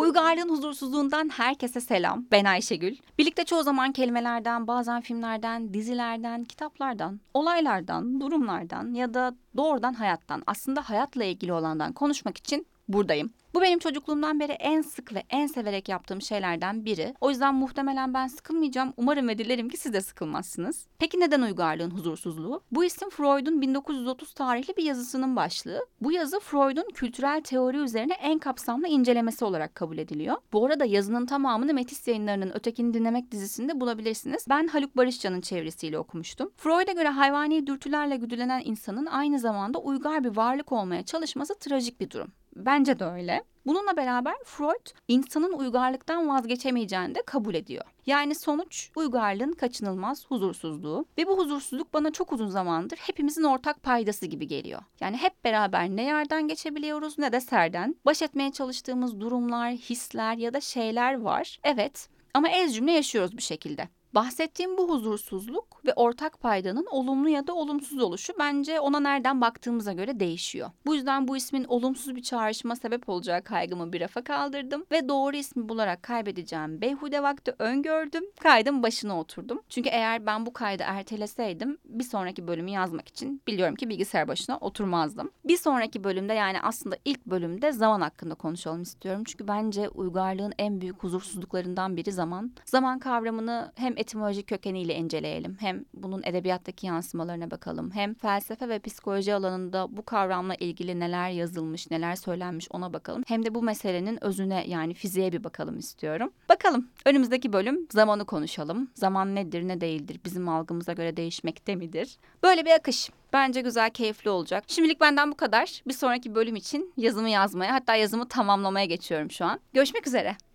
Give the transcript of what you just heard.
Uygarlığın huzursuzluğundan herkese selam. Ben Ayşegül. Birlikte çoğu zaman kelimelerden, bazen filmlerden, dizilerden, kitaplardan, olaylardan, durumlardan ya da doğrudan hayattan, aslında hayatla ilgili olandan konuşmak için buradayım. Bu benim çocukluğumdan beri en sık ve en severek yaptığım şeylerden biri. O yüzden muhtemelen ben sıkılmayacağım. Umarım ve dilerim ki siz de sıkılmazsınız. Peki neden uygarlığın huzursuzluğu? Bu isim Freud'un 1930 tarihli bir yazısının başlığı. Bu yazı Freud'un kültürel teori üzerine en kapsamlı incelemesi olarak kabul ediliyor. Bu arada yazının tamamını Metis Yayınları'nın Ötekini Dinlemek dizisinde bulabilirsiniz. Ben Haluk Barışcan'ın çevirisiyle okumuştum. Freud'a göre hayvani dürtülerle güdülenen insanın aynı zamanda uygar bir varlık olmaya çalışması trajik bir durum. Bence de öyle. Bununla beraber Freud insanın uygarlıktan vazgeçemeyeceğini de kabul ediyor. Yani sonuç uygarlığın kaçınılmaz huzursuzluğu ve bu huzursuzluk bana çok uzun zamandır hepimizin ortak paydası gibi geliyor. Yani hep beraber ne yerden geçebiliyoruz ne de serden. Baş etmeye çalıştığımız durumlar, hisler ya da şeyler var. Evet, ama ez cümle yaşıyoruz bir şekilde. Bahsettiğim bu huzursuzluk ve ortak paydanın olumlu ya da olumsuz oluşu bence ona nereden baktığımıza göre değişiyor. Bu yüzden bu ismin olumsuz bir çağrışıma sebep olacağı kaygımı bir rafa kaldırdım ve doğru ismi bularak kaybedeceğim beyhude vakti öngördüm. Kaydın başına oturdum. Çünkü eğer ben bu kaydı erteleseydim bir sonraki bölümü yazmak için biliyorum ki bilgisayar başına oturmazdım. Bir sonraki bölümde, yani aslında ilk bölümde zaman hakkında konuşalım istiyorum. Çünkü bence uygarlığın en büyük huzursuzluklarından biri zaman. Zaman kavramını hem etimolojik kökeniyle inceleyelim, hem bunun edebiyattaki yansımalarına bakalım, hem felsefe ve psikoloji alanında bu kavramla ilgili neler yazılmış, neler söylenmiş ona bakalım. Hem de bu meselenin özüne, yani fiziğe bir bakalım istiyorum. Bakalım, önümüzdeki bölüm zamanı konuşalım. Zaman nedir, ne değildir, bizim algımıza göre değişmekte midir? Böyle bir akış. Bence güzel, keyifli olacak. Şimdilik benden bu kadar. Bir sonraki bölüm için yazımı yazmaya, hatta yazımı tamamlamaya geçiyorum şu an. Görüşmek üzere.